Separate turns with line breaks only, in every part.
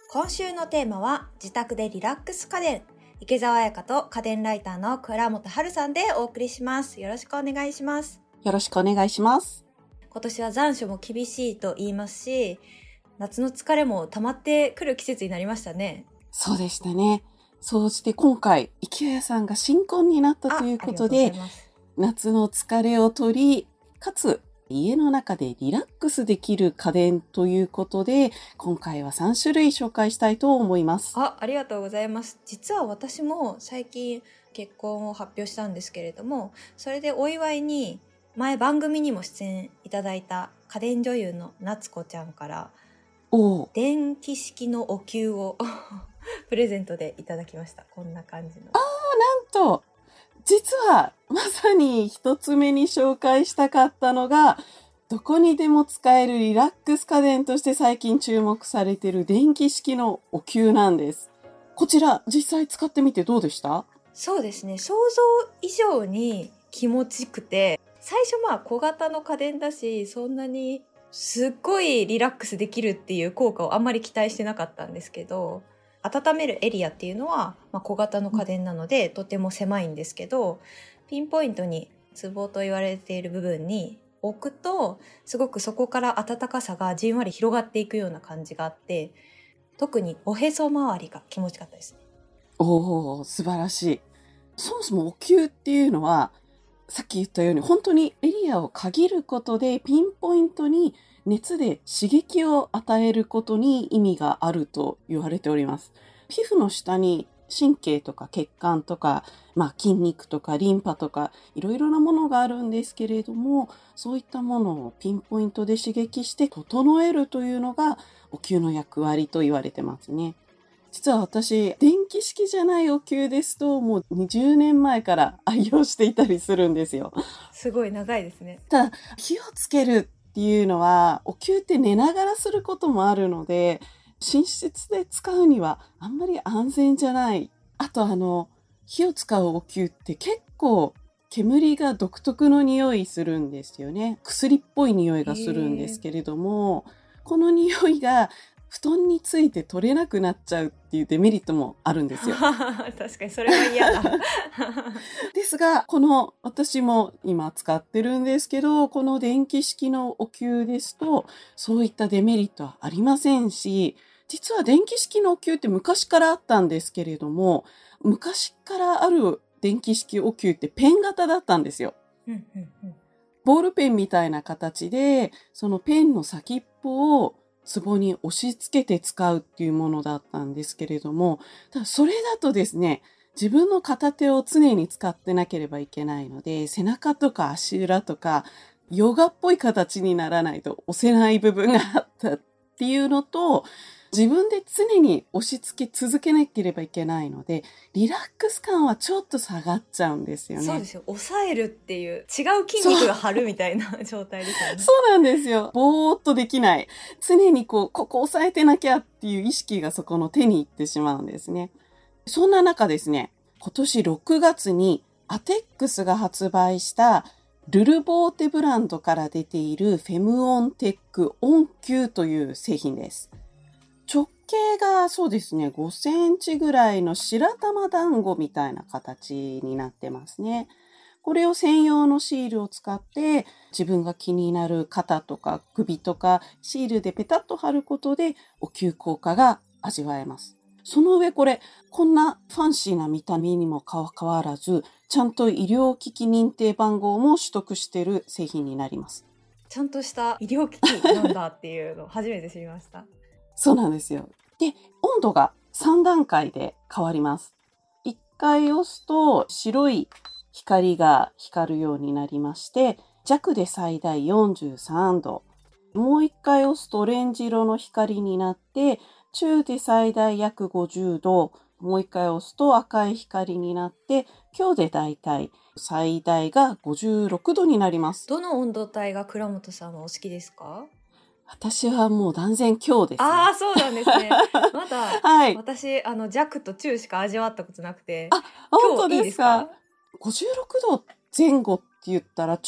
今週のテーマは自宅でリラックス家電。池澤彩香と家電ライターの倉本春さんでお送りします。よろしくお願いします。
よろしくお願いします。
今年は残暑も厳しいと言いますし、夏の疲れも溜まってくる季節になりましたね。
そうでしたね。そうして今回池谷さんが新婚になったということで、夏の疲れを取り、かつ家の中でリラックスできる家電ということで、今回は3種類紹介したいと思います。
ありがとうございます。実は私も最近結婚を発表したんですけれども、それでお祝いに前番組にも出演いただいた家電女優の夏子ちゃんから電気式のお灸をプレゼントでいただきました。こんな感じの。
なんと実はまさに一つ目に紹介したかったのが、どこにでも使えるリラックス家電として最近注目されている電気式のお灸なんです。こちら実際使ってみてどうでした？
そうですね、想像以上に気持ちよくて、最初小型の家電だし、そんなにすっごいリラックスできるっていう効果をあんまり期待してなかったんですけど、温めるエリアっていうのは、小型の家電なのでとても狭いんですけど、ピンポイントにツボと言われている部分に置くと、すごくそこから暖かさがじんわり広がっていくような感じがあって、特におへそ周りが気持ちよかったですね。
素晴らしい。そもそもお灸っていうのは、さっき言ったように本当にエリアを限ることでピンポイントに熱で刺激を与えることに意味があると言われております。皮膚の下に神経とか血管とか、筋肉とかリンパとかいろいろなものがあるんですけれども、そういったものをピンポイントで刺激して整えるというのがお灸の役割と言われてますね。実は私、電気式じゃないお灸ですと、もう20年前から愛用していたりするんですよ。
すごい長いですね。
ただ、火をつけるっていうのは、お灸って寝ながらすることもあるので、寝室で使うにはあんまり安全じゃない。あと火を使うお灸って結構煙が独特の匂いするんですよね。薬っぽい匂いがするんですけれども、この匂いが布団について取れなくなっちゃうっていうデメリットもあるんですよ。
確かにそれは嫌だ。
ですが、私も今使ってるんですけど、この電気式のお灸ですと、そういったデメリットはありませんし、実は電気式のお灸って昔からあったんですけれども、昔からある電気式お灸ってペン型だったんですよ。ボールペンみたいな形で、そのペンの先っぽを壺に押し付けて使うっていうものだったんですけれども、ただそれだとですね、自分の片手を常に使ってなければいけないので、背中とか足裏とか、ヨガっぽい形にならないと押せない部分があったっていうのと、自分で常に押し付け続けなければいけないので、リラックス感はちょっと下がっちゃうんですよね。
そうですよ。抑えるっていう、違う筋肉が張るみたいな状態ですよね。
そうなんですよ。ぼーっとできない。常にここ押さえてなきゃっていう意識がそこの手に行ってしまうんですね。そんな中ですね、今年6月にアテックスが発売したルルボーテブランドから出ているフェムオンテックオン灸という製品です。直径がそうですね、5センチぐらいの白玉団子みたいな形になってますね。これを専用のシールを使って自分が気になる肩とか首とかシールでペタッと貼ることでお灸効果が味わえます。その上こんなファンシーな見た目にもかかわらず、ちゃんと医療機器認定番号も取得している製品になります。
ちゃんとした医療機器なんだっていうのを初めて知りました。
そうなんですよ。で、温度が3段階で変わります。1回押すと白い光が光るようになりまして、弱で最大43度。もう1回押すとオレンジ色の光になって、中で最大約50度。もう1回押すと赤い光になって、強でだいたい最大が56度になります。
どの温度帯が倉本さんはお好きですか？
私はもう断然強です、ね。
そうなんですね。まだ、
はい、
私弱と中しか味わったことなくて。
本当ですか？56度前後って言ったらちょっ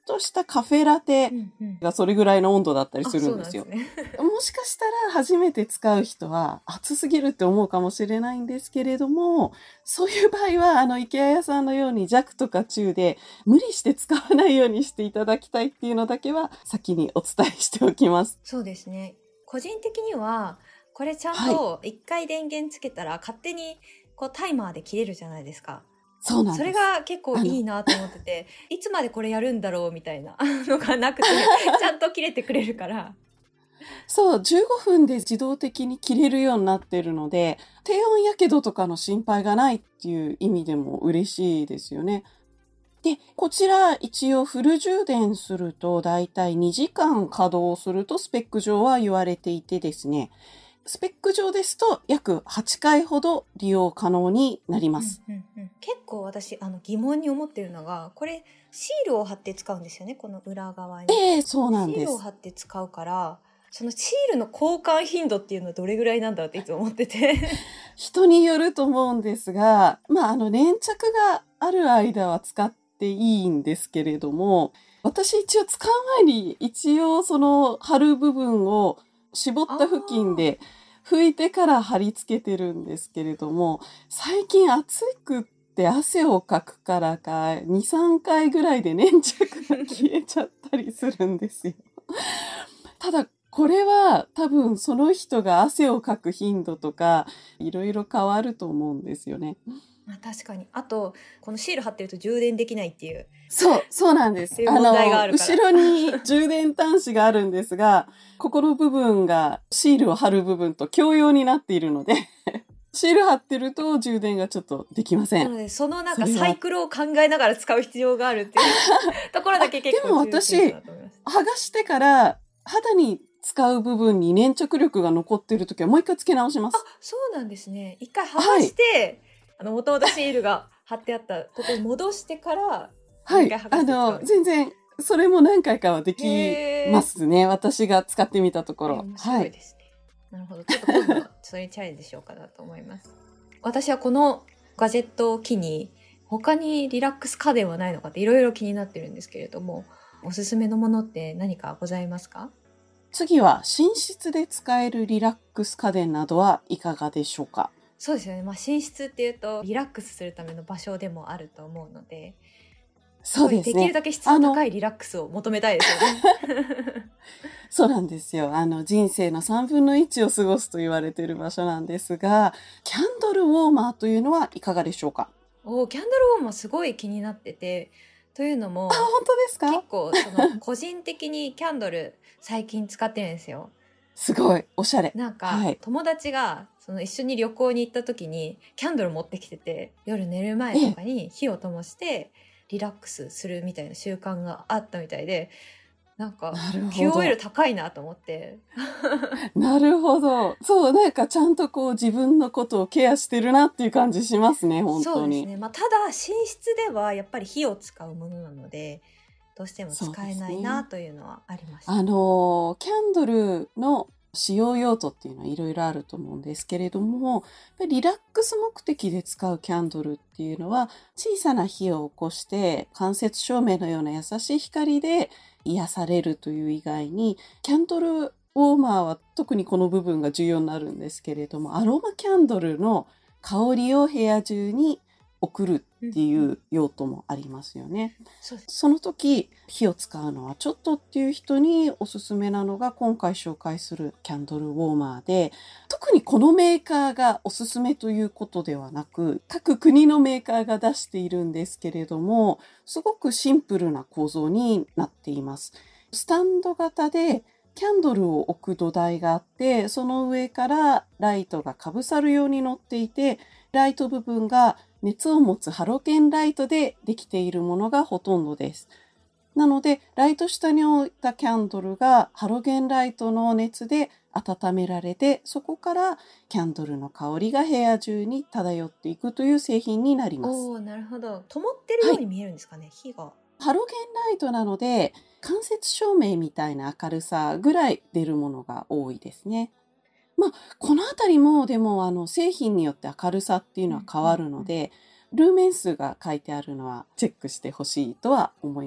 としたカフェラテ
うんうん。
がそれぐらいの温度だったり
あ、
する
そう
んですよ。
なんですね。
もしかしたら初めて使う人は暑すぎるって思うかもしれないんですけれども、そういう場合はIKEA 屋さんのように弱とか中で無理して使わないようにしていただきたいっていうのだけは先にお伝えしておきます。
そうですね。個人的には、これちゃん
はい。
と一回電源つけたら勝手にこうタイマーで切れるじゃないですか。それ
そうなんです。
が結構いいなと思ってて、いつまでこれやるんだろうみたいなのがなくて、ちゃんと切れてくれるから。
そう、15分で自動的に切れるようになってるので、低温やけどとかの心配がないっていう意味でも嬉しいですよね。で、こちら一応フル充電するとだいたい2時間稼働するとスペック上は言われていてですね、スペック上ですと約8回ほど利用可能になります。
結構私疑問に思ってるのが、これシールを貼って使うんですよね、この裏側に。
そうなん
シールを
です。
貼って使うから、そのシールの交換頻度っていうのはどれぐらいなんだろうっていつも思ってて。
人によると思うんですが、粘着がある間は使っていいんですけれども、私一応使う前に一応その貼る部分を絞った付近で拭いてから貼り付けてるんですけれども、最近暑くって汗をかくからか2、3回ぐらいで粘着が消えちゃったりするんですよ。ただこれは多分その人が汗をかく頻度とかいろいろ変わると思うんですよね。
確かに。あと、このシール貼ってると充電できないっていう。
そうなんです。
っていう問題があるから。
後ろに充電端子があるんですが、ここの部分がシールを貼る部分と共用になっているので、シール貼ってると充電がちょっとできません。
なので、そのなんかサイクルを考えながら使う必要があるっていうところだけ結構重要だと思います。
剥がしてから肌に使う部分に粘着力が残ってるときはもう一回付け直します。
そうなんですね。一回剥がして、元々シールが貼ってあったところに戻してから、
はい。
一回剥がして使う。
全然、それも何回かはできますね。私が使ってみたところ。
面白いですね。なるほど。ちょっと今度、それにチャレンジしようかなと思います。私はこのガジェットを機に、他にリラックス家電はないのかっていろいろ気になってるんですけれども、おすすめのものって何かございますか？
次は寝室で使えるリラックス家電などはいかがでしょうか？
そうですよね。寝室っていうとリラックスするための場所でもあると思うので、
そうですね。
できるだけ質の高いリラックスを求めたいですよね。
そうなんですよ。人生の3分の1を過ごすと言われている場所なんですが、キャンドルウォーマーというのはいかがでしょうか？
キャンドルウォーマーすごい気になってて、というのも、
本当ですか？
結構個人的にキャンドル最近使ってるんですよ。
すごいおしゃれ。
なんか、友達が一緒に旅行に行った時にキャンドル持ってきてて、夜寝る前とかに火を灯してリラックスするみたいな習慣があったみたいで、なんか QOL 高いなと思って。
なるほど。そう、なんかちゃんと自分のことをケアしてるなっていう感じしますね、本当に。
そうですね。ただ寝室ではやっぱり火を使うものなので、どうしても使えないなというのはありました。
キャンドルの使用用途っていうのはいろいろあると思うんですけれども、リラックス目的で使うキャンドルっていうのは小さな火を起こして間接照明のような優しい光で癒されるという以外に、キャンドルウォーマーは特にこの部分が重要になるんですけれども、アロマキャンドルの香りを部屋中に送るっていう用途もありますよね。その時火を使うのはちょっとっていう人におすすめなのが今回紹介するキャンドルウォーマーで、特にこのメーカーがおすすめということではなく、各国のメーカーが出しているんですけれども、すごくシンプルな構造になっています。スタンド型でキャンドルを置く土台があって、その上からライトがかぶさるように乗っていて、ライト部分が熱を持つハロゲンライトでできているものがほとんどです。なので、ライト下に置いたキャンドルがハロゲンライトの熱で温められて、そこからキャンドルの香りが部屋中に漂っていくという製品になります。
なるほど。灯ってるように見えるんですかね、火が。
ハロゲンライトなので、間接照明みたいな明るさぐらい出るものが多いですね。このあたりもでも製品によって明るさっていうのは変わるので、ルーメン数が書いてあるのはチェックしてほしいとは思います。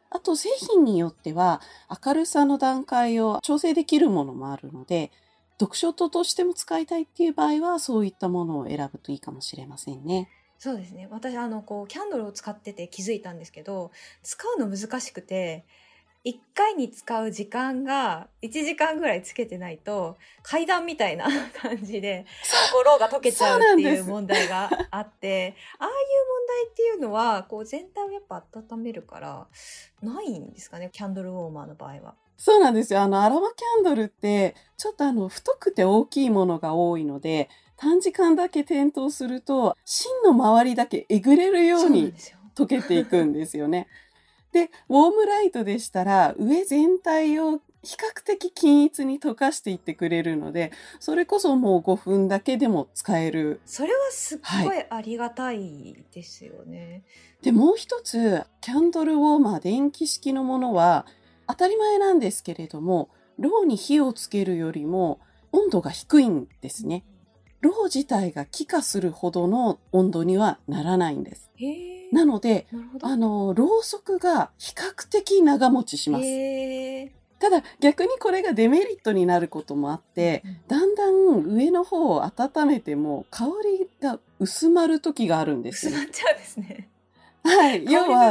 あと製品によっては明るさの段階を調整できるものもあるので、読書灯としても使いたいっていう場合はそういったものを選ぶといいかもしれませんね。
そうですね。私キャンドルを使ってて気づいたんですけど、使うの難しくて、1回に使う時間が1時間ぐらいつけてないと階段みたいな感じで心が溶けちゃうっていう問題があって、ああいう問題っていうのは全体をやっぱ温めるからないんですかね、キャンドルウォーマーの場合は。
そうなんですよ。アロマキャンドルってちょっと太くて大きいものが多いので、短時間だけ点灯すると芯の周りだけえぐれるように溶けていくんですよね。で、ウォームライトでしたら上全体を比較的均一に溶かしていってくれるので、それこそもう5分だけでも使える。
それはすっごいありがたいですよね。
で、もう一つ、キャンドルウォーマー電気式のものは当たり前なんですけれども、ろうに火をつけるよりも温度が低いんですね。ろう自体が気化するほどの温度にはならないんです。なので、ろうそくが比較的長持ちします。ただ逆にこれがデメリットになることもあって、だんだん上の方を温めても香りが薄まる時があるんですよ。
薄まっちゃうんですね。
はい。要は、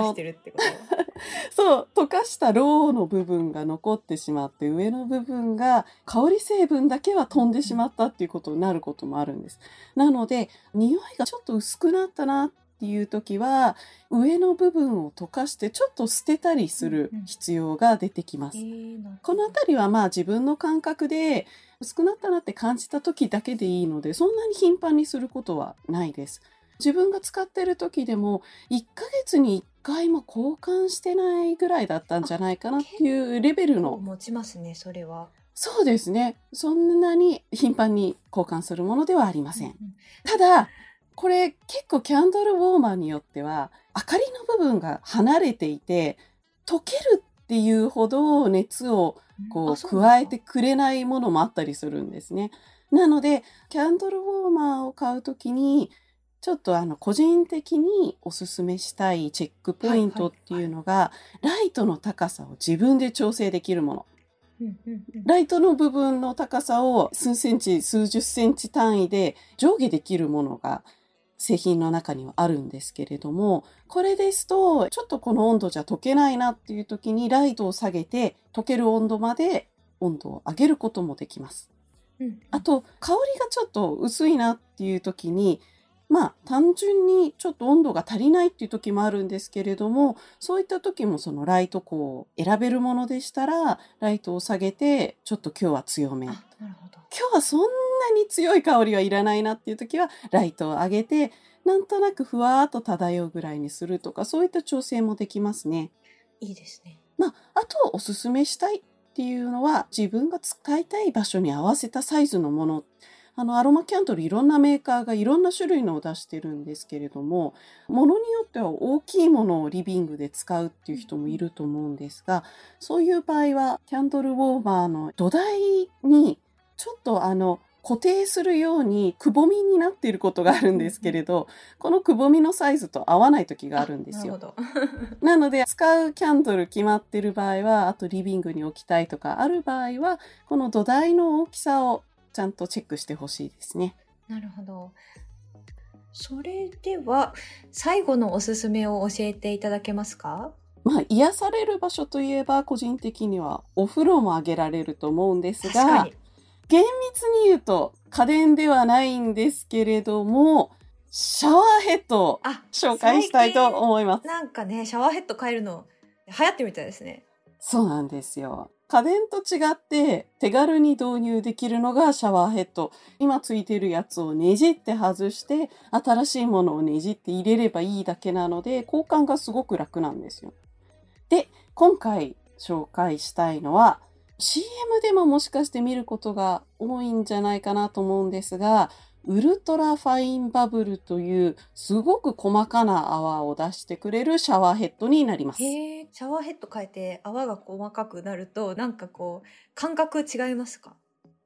そう、
溶かしたろうの部分が残ってしまって、上の部分が香り成分だけは飛んでしまったっていうことになることもあるんです。なので、匂いがちょっと薄くなったなっていう時は、上の部分を溶かしてちょっと捨てたりする必要が出てきます。このあたりは自分の感覚で薄くなったなって感じた時だけでいいので、そんなに頻繁にすることはないです。自分が使ってる時でも1ヶ月に1回も交換してないぐらいだったんじゃないかなっていうレベルの。
持ちますね、それは。
そうですね。そんなに頻繁に交換するものではありません。ただ、これ結構キャンドルウォーマーによっては明かりの部分が離れていて、溶けるっていうほど熱を加えてくれないものもあったりするんですね。なので、キャンドルウォーマーを買うときに、ちょっと個人的におすすめしたいチェックポイントっていうのが、ライトの高さを自分で調整できるもの。ライトの部分の高さを数センチ、数十センチ単位で上下できるものが製品の中にはあるんですけれども、これですと、ちょっとこの温度じゃ溶けないなっていう時にライトを下げて、溶ける温度まで温度を上げることもできます。あと、香りがちょっと薄いなっていう時に、単純にちょっと温度が足りないっていう時もあるんですけれども、そういった時もそのライトを選べるものでしたら、ライトを下げて、ちょっと今日は強め。今日はそんなに強い香りはいらないなっていう時は、ライトを上げて、なんとなくふわーっと漂うぐらいにするとか、そういった調整もできますね。
いいですね。
あとおすすめしたいっていうのは、自分が使いたい場所に合わせたサイズのもの。アロマキャンドルいろんなメーカーがいろんな種類のを出してるんですけれども、ものによっては大きいものをリビングで使うっていう人もいると思うんですが、そういう場合はキャンドルウォーマーの土台にちょっと固定するようにくぼみになっていることがあるんですけれど、このくぼみのサイズと合わない時があるんですよ。なので使うキャンドル決まってる場合は、あとリビングに置きたいとかある場合は、この土台の大きさをちゃんとチェックしてほしいですね。
なるほど。それでは最後のおすすめを教えていただけますか？
癒される場所といえば個人的にはお風呂も挙げられると思うんですが、厳密に言うと家電ではないんですけれども、シャワーヘッドを紹介したいと思います。
なんかね、シャワーヘッド変えるの流行ってみたいですね。
そうなんですよ。家電と違って手軽に導入できるのがシャワーヘッド。今ついてるやつをねじって外して新しいものをねじって入れればいいだけなので交換がすごく楽なんですよ。で、今回紹介したいのは CM でももしかして見ることが多いんじゃないかなと思うんですが、ウルトラファインバブルというすごく細かな泡を出してくれるシャワーヘッドになります。
シャワーヘッド変えて泡が細かくなるとなんか感覚違いますか？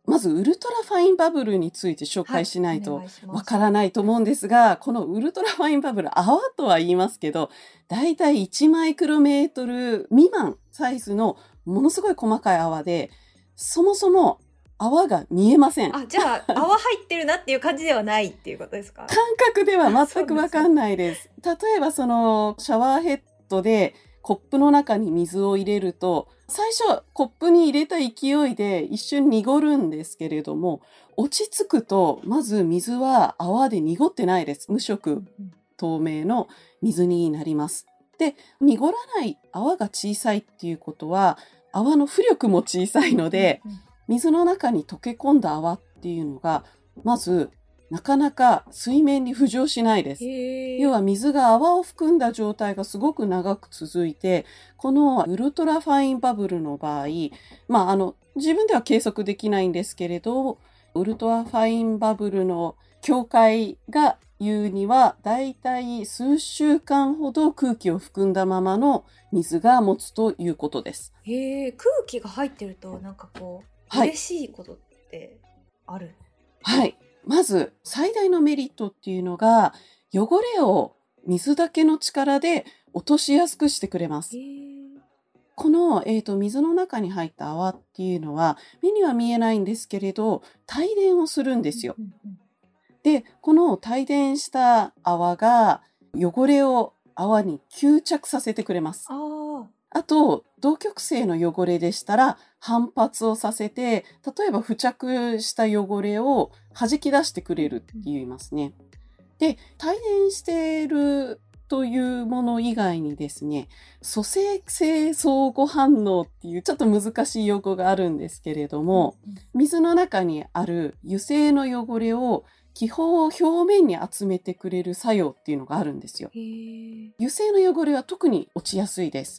まずウルトラファインバブルについて紹介しない
お
と
願いします
わからないと思うんですが、このウルトラファインバブル、泡とは言いますけど、だいたい1マイクロメートル未満サイズのものすごい細かい泡で、そもそも泡が見えません。
あ、じゃあ泡入ってるなっていう感じではないっていうことですか？
感覚では全くわかんないです。例えばそのシャワーヘッドでコップの中に水を入れると、最初コップに入れた勢いで一瞬濁るんですけれども、落ち着くとまず水は泡で濁ってないです。無色透明の水になります。で、濁らない泡が小さいっていうことは、泡の浮力も小さいので、水の中に溶け込んだ泡っていうのが、まずなかなか水面に浮上しないです。要は水が泡を含んだ状態がすごく長く続いて、このウルトラファインバブルの場合、自分では計測できないんですけれど、ウルトラファインバブルの境界が言うには、だいたい数週間ほど空気を含んだままの水が持つということです。
空気が入ってるとなんかこう、嬉しいことってある？
はい。まず最大のメリットっていうのが、汚れを水だけの力で落としやすくしてくれます。この、水の中に入った泡っていうのは目には見えないんですけれど、帯電をするんですよ。で、この帯電した泡が汚れを泡に吸着させてくれます。あと、同極性の汚れでしたら反発をさせて、例えば付着した汚れを弾き出してくれるって言いますね。で、帯電しているというもの以外にですね、組成性相互反応っていうちょっと難しい用語があるんですけれども、水の中にある油性の汚れを気泡を表面に集めてくれる作用っていうのがあるんですよ。油性の汚れは特に落ちやすいです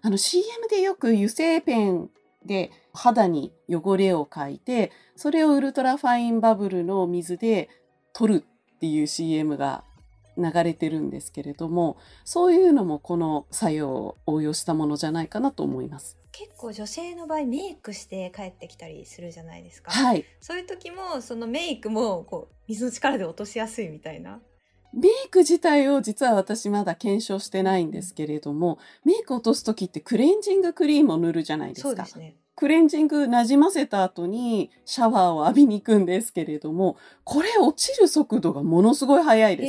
。CM でよく油性ペンで肌に汚れを描いて、それをウルトラファインバブルの水で取るっていう CM が流れてるんですけれども、そういうのもこの作用を応用したものじゃないかなと思います。
結構女性の場合メイクして帰ってきたりするじゃないですか。
はい。
そういう時もそのメイクもこう水の力で落としやすいみたいな。
メイク自体を実は私まだ検証してないんですけれども、メイク落とす時ってクレンジングクリームを塗るじゃないですか。
そうですね。
クレンジング馴染ませた後にシャワーを浴びに行くんですけれども、これ落ちる速度がものすごい速いです。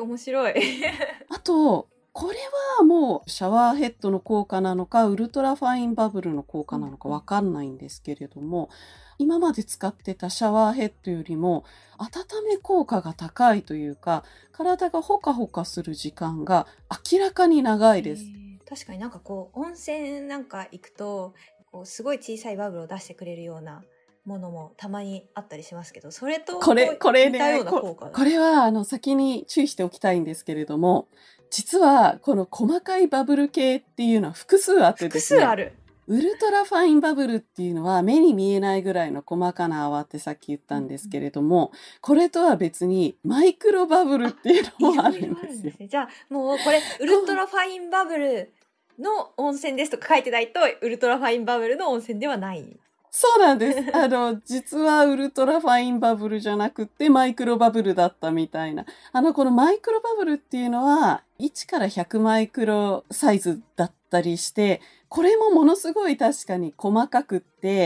面白い。
あと、これはもうシャワーヘッドの効果なのか、ウルトラファインバブルの効果なのかわかんないんですけれども、今まで使ってたシャワーヘッドよりも温め効果が高いというか、体がホカホカする時間が明らかに長いです。
確かになんかこう温泉なんか行くとこうすごい小さいバブルを出してくれるようなものもたまにあったりしますけど、それと
これ
似たような効果。
これは先に注意しておきたいんですけれども、実はこの細かいバブル系っていうのは複数あってですね。
複数ある。
ウルトラファインバブルっていうのは目に見えないぐらいの細かな泡ってさっき言ったんですけれども、これとは別にマイクロバブルっていうのもあるんですよ。
じゃあもうこれウルトラファインバブルの温泉ですとか書いてないとウルトラファインバブルの温泉ではない。
そうなんです。実はウルトラファインバブルじゃなくてマイクロバブルだったみたいな。このマイクロバブルっていうのは1から100マイクロサイズだったりして、これもものすごい確かに細かくって、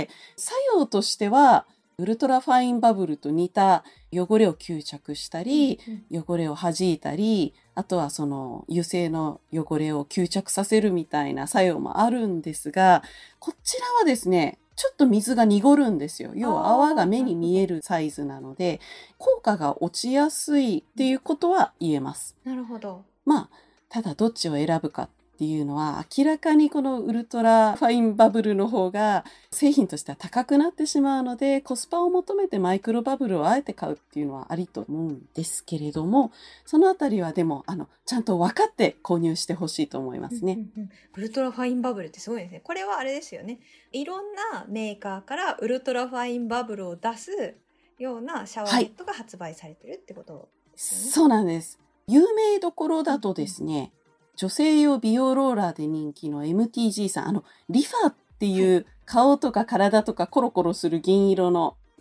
作用としてはウルトラファインバブルと似た汚れを吸着したり、汚れを弾いたり、あとはその油性の汚れを吸着させるみたいな作用もあるんですが、こちらはですね、ちょっと水が濁るんですよ。要は泡が目に見えるサイズなので、効果が落ちやすいっていうことは言えます。
なるほど。
ただどっちを選ぶかっていうのは、明らかにこのウルトラファインバブルの方が製品としては高くなってしまうので、コスパを求めてマイクロバブルをあえて買うっていうのはありと思うんですけれども、そのあたりはでもちゃんと分かって購入してほしいと思いますね。
ウルトラファインバブルってすごいですね。これはあれですよね。いろんなメーカーからウルトラファインバブルを出すようなシャワーヘッドが発売されてるってことですよね。
そうなんです。有名どころだとですね、女性用美容ローラーで人気の MTG さん、リファっていう顔とか体とかコロコロする銀色の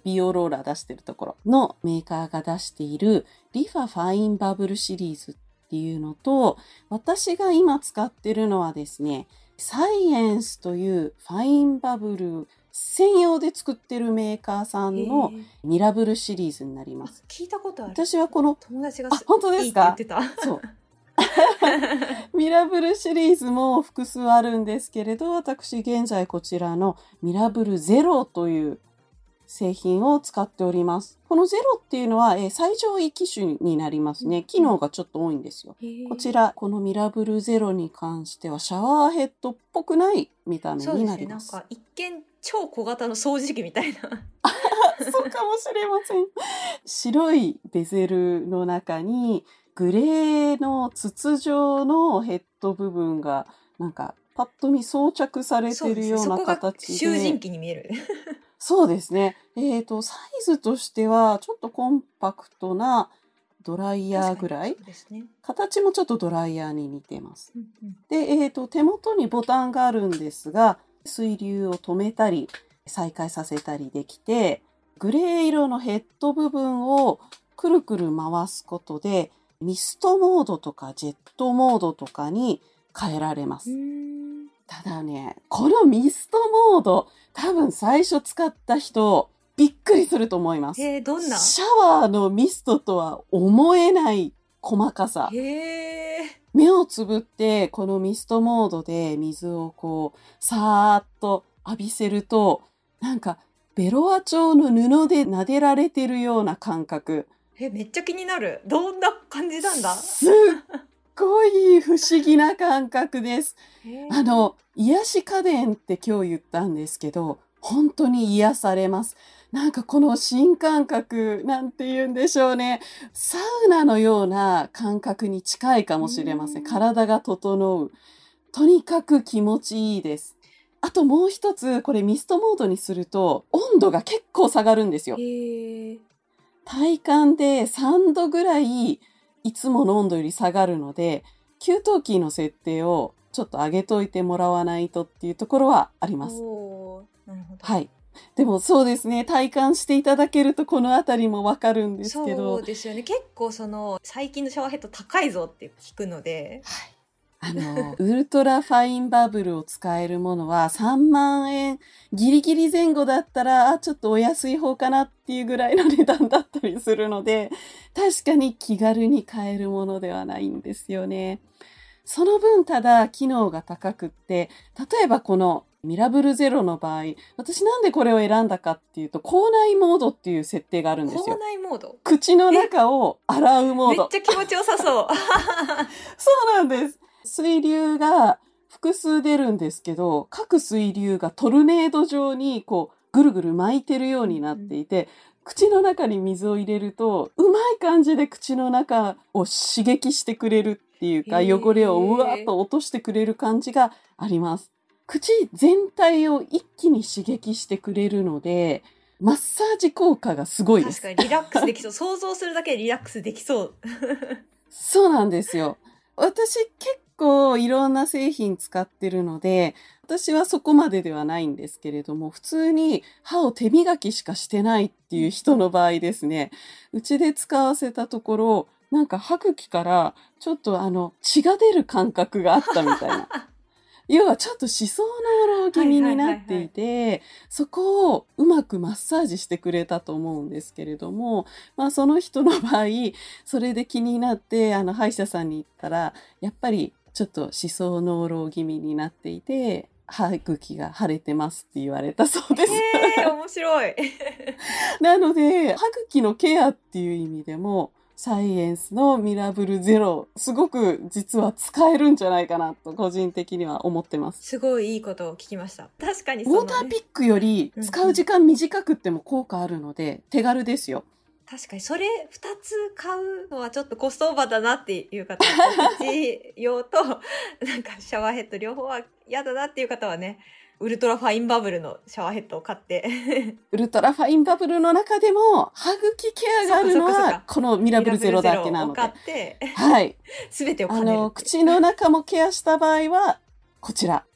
ビオローラ出してるところのメーカーが出しているリファファインバブルシリーズっていうのと、私が今使ってるのはですね、サイエンスというファインバブル専用で作ってるメーカーさんのミラブルシリーズになります。
聞いたことある。
私はこの
友達が
本当ですか？
いいって言ってた。
そう。ミラブルシリーズも複数あるんですけれど、私現在こちらのミラブルゼロという製品を使っております。このゼロっていうのは、最上位機種になりますね。機能がちょっと多いんですよ。こちら、このミラブルゼロに関してはシャワーヘッドっぽくない見た目になります。
そうですね。なんか一見超小型の掃除機みたいな。
そうかもしれません。白いベゼルの中にグレーの筒状のヘッド部分がなんかパッと見装着されてるような形で。
囚人機に見える。
そうですね。サイズとしてはちょっとコンパクトなドライヤーぐらい。
そうですね。
形もちょっとドライヤーに似てます。
うんうん、
で、手元にボタンがあるんですが、水流を止めたり再開させたりできて、グレー色のヘッド部分をくるくる回すことで、ミストモードとかジェットモードとかに変えられます。ただね、このミストモード、多分最初使った人、びっくりすると思います。
どんな？
シャワーのミストとは思えない細かさ。目をつぶってこのミストモードで水をこうさーっと浴びせると、なんかベロア調の布で撫でられてるような感覚。
めっちゃ気になる。どんな感じなんだ？
すっごい不思議な感覚です。癒し家電って今日言ったんですけど、本当に癒されます。なんかこの新感覚、なんて言うんでしょうね。サウナのような感覚に近いかもしれません。体が整う。とにかく気持ちいいです。あともう一つ、これミストモードにすると温度が結構下がるんですよ。体感で3度ぐらいいつもの温度より下がるので、給湯器の設定をちょっと上げといてもらわないとっていうところはあります。
なるほど。
はい。でもそうですね、体感していただけるとこのあたりもわかるんですけど。
そうですよね。結構最近のシャワーヘッド高いぞって聞くので。
はい。ウルトラファインバブルを使えるものは3万円ギリギリ前後だったら、ちょっとお安い方かなっていうぐらいの値段だったりするので、確かに気軽に買えるものではないんですよね。その分ただ機能が高くって、例えばこのミラブルゼロの場合、私なんでこれを選んだかっていうと、口内モードっていう設定があるんですよ。
口内モード？
口の中を洗うモード。
めっちゃ気持ちよさそう。
そうなんです。水流が複数出るんですけど、各水流がトルネード状にこうぐるぐる巻いてるようになっていて、口の中に水を入れると、うまい感じで口の中を刺激してくれるっていうか、汚れをうわーっと落としてくれる感じがあります。口全体を一気に刺激してくれるので、マッサージ効果がすごいです。
確かにリラックスできそう。想像するだけでリラックスできそう。
そうなんですよ。私結構いろんな製品使ってるので、私はそこまでではないんですけれども、普通に歯を手磨きしかしてないっていう人の場合ですね、うちで使わせたところ、なんか歯茎からちょっと血が出る感覚があったみたいな。要はちょっと歯槽膿漏気味になっていて、そこをうまくマッサージしてくれたと思うんですけれども、その人の場合、それで気になって歯医者さんに行ったら、やっぱりちょっと歯槽膿漏気味になっていて、歯茎が腫れてますって言われたそうです。
面白い。
なので、歯茎のケアっていう意味でも、サイエンスのミラブルゼロ、すごく実は使えるんじゃないかなと個人的には思ってます。
すごいいいことを聞きました。確かに
ウォーターピックより使う時間短くっても効果あるので手軽ですよ。
確かにそれ2つ買うのはちょっとコストオーバーだなっていう方、口用となんかシャワーヘッド両方は嫌だなっていう方はね、ウルトラファインバブルのシャワーヘッドを買って
ウルトラファインバブルの中でも歯茎ケアがあるのはこのミラブルゼロだけなので、
はい、全てを兼ねる。
口の中もケアした場合はこちら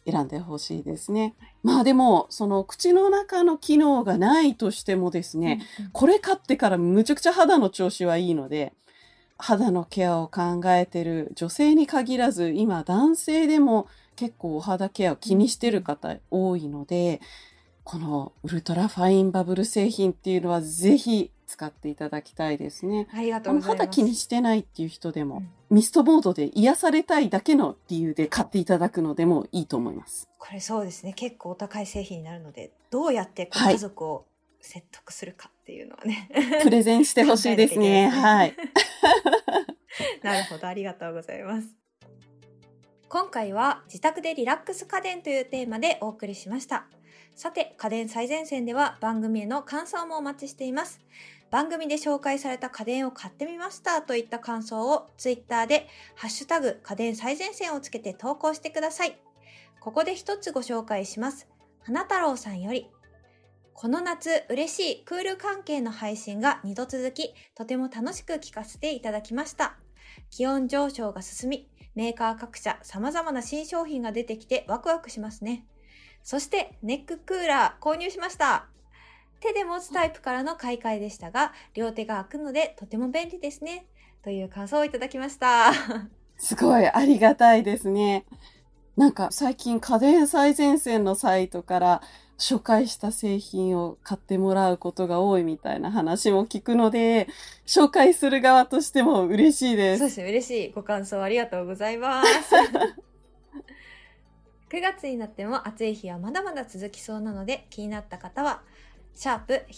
選んでほしいですね。まあでも、その口の中の機能がないとしてもですね、これ買ってからむちゃくちゃ肌の調子はいいので、肌のケアを考えてる女性に限らず、今男性でも結構お肌ケアを気にしてる方多いので、このウルトラファインバブル製品っていうのはぜひ使っていただきたいですね。
ありがとうございます。
肌気にしてないっていう人でも、ミストボードで癒されたいだけの理由で買っていただくのでもいいと思います。
これそうですね。結構お高い製品になるので、どうやって家族を説得するかっていうのはね。
プレゼンしてほしいですね。はい。
なるほど。ありがとうございます。今回は自宅でリラックス家電というテーマでお送りしました。さて、家電最前線では番組への感想もお待ちしています。番組で紹介された家電を買ってみましたといった感想をツイッターでハッシュタグ家電最前線をつけて投稿してください。ここで一つご紹介します。花太郎さんより、この夏嬉しいクール関係の配信が2度続き、とても楽しく聞かせていただきました。気温上昇が進み、メーカー各社様々な新商品が出てきてワクワクしますね。そしてネッククーラー購入しました。手で持つタイプからの買い替えでしたが、両手が空くのでとても便利ですね。という感想をいただきました。
すごいありがたいですね。なんか最近家電最前線のサイトから紹介した製品を買ってもらうことが多いみたいな話も聞くので、紹介する側としても嬉しいです。
そうですね、嬉しいご感想ありがとうございます。9月になっても暑い日はまだまだ続きそうなので、気になった方は、シャープ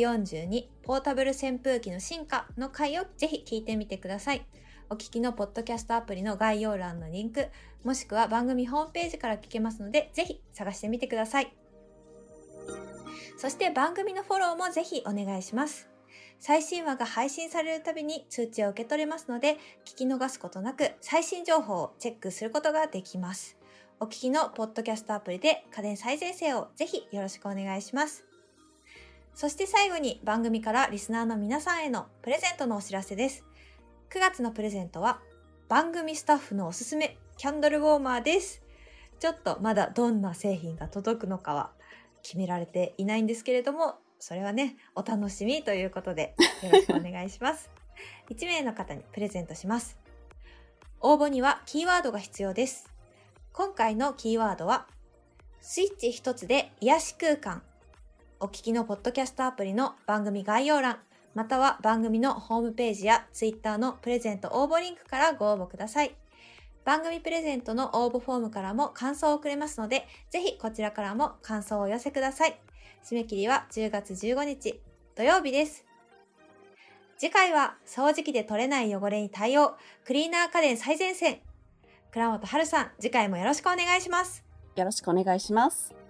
142ポータブル扇風機の進化の回をぜひ聞いてみてください。お聞きのポッドキャストアプリの概要欄のリンク、もしくは番組ホームページから聞けますので、ぜひ探してみてください。そして番組のフォローもぜひお願いします。最新話が配信されるたびに通知を受け取れますので、聞き逃すことなく最新情報をチェックすることができます。お聞きのポッドキャストアプリで家電最前線をぜひよろしくお願いします。そして最後に番組からリスナーの皆さんへのプレゼントのお知らせです。9月のプレゼントは番組スタッフのおすすめキャンドルウォーマーです。ちょっとまだどんな製品が届くのかは決められていないんですけれども、それはね、お楽しみということでよろしくお願いします。1名の方にプレゼントします。応募にはキーワードが必要です。今回のキーワードはスイッチ一つで癒し空間。お聞きのポッドキャストアプリの番組概要欄、または番組のホームページやツイッターのプレゼント応募リンクからご応募ください。番組プレゼントの応募フォームからも感想を送れますので、ぜひこちらからも感想をお寄せください。締め切りは10月15日土曜日です。次回は掃除機で取れない汚れに対応、クリーナー家電最前線。倉本春さん、次回もよろしくお願いします。
よろしくお願いします。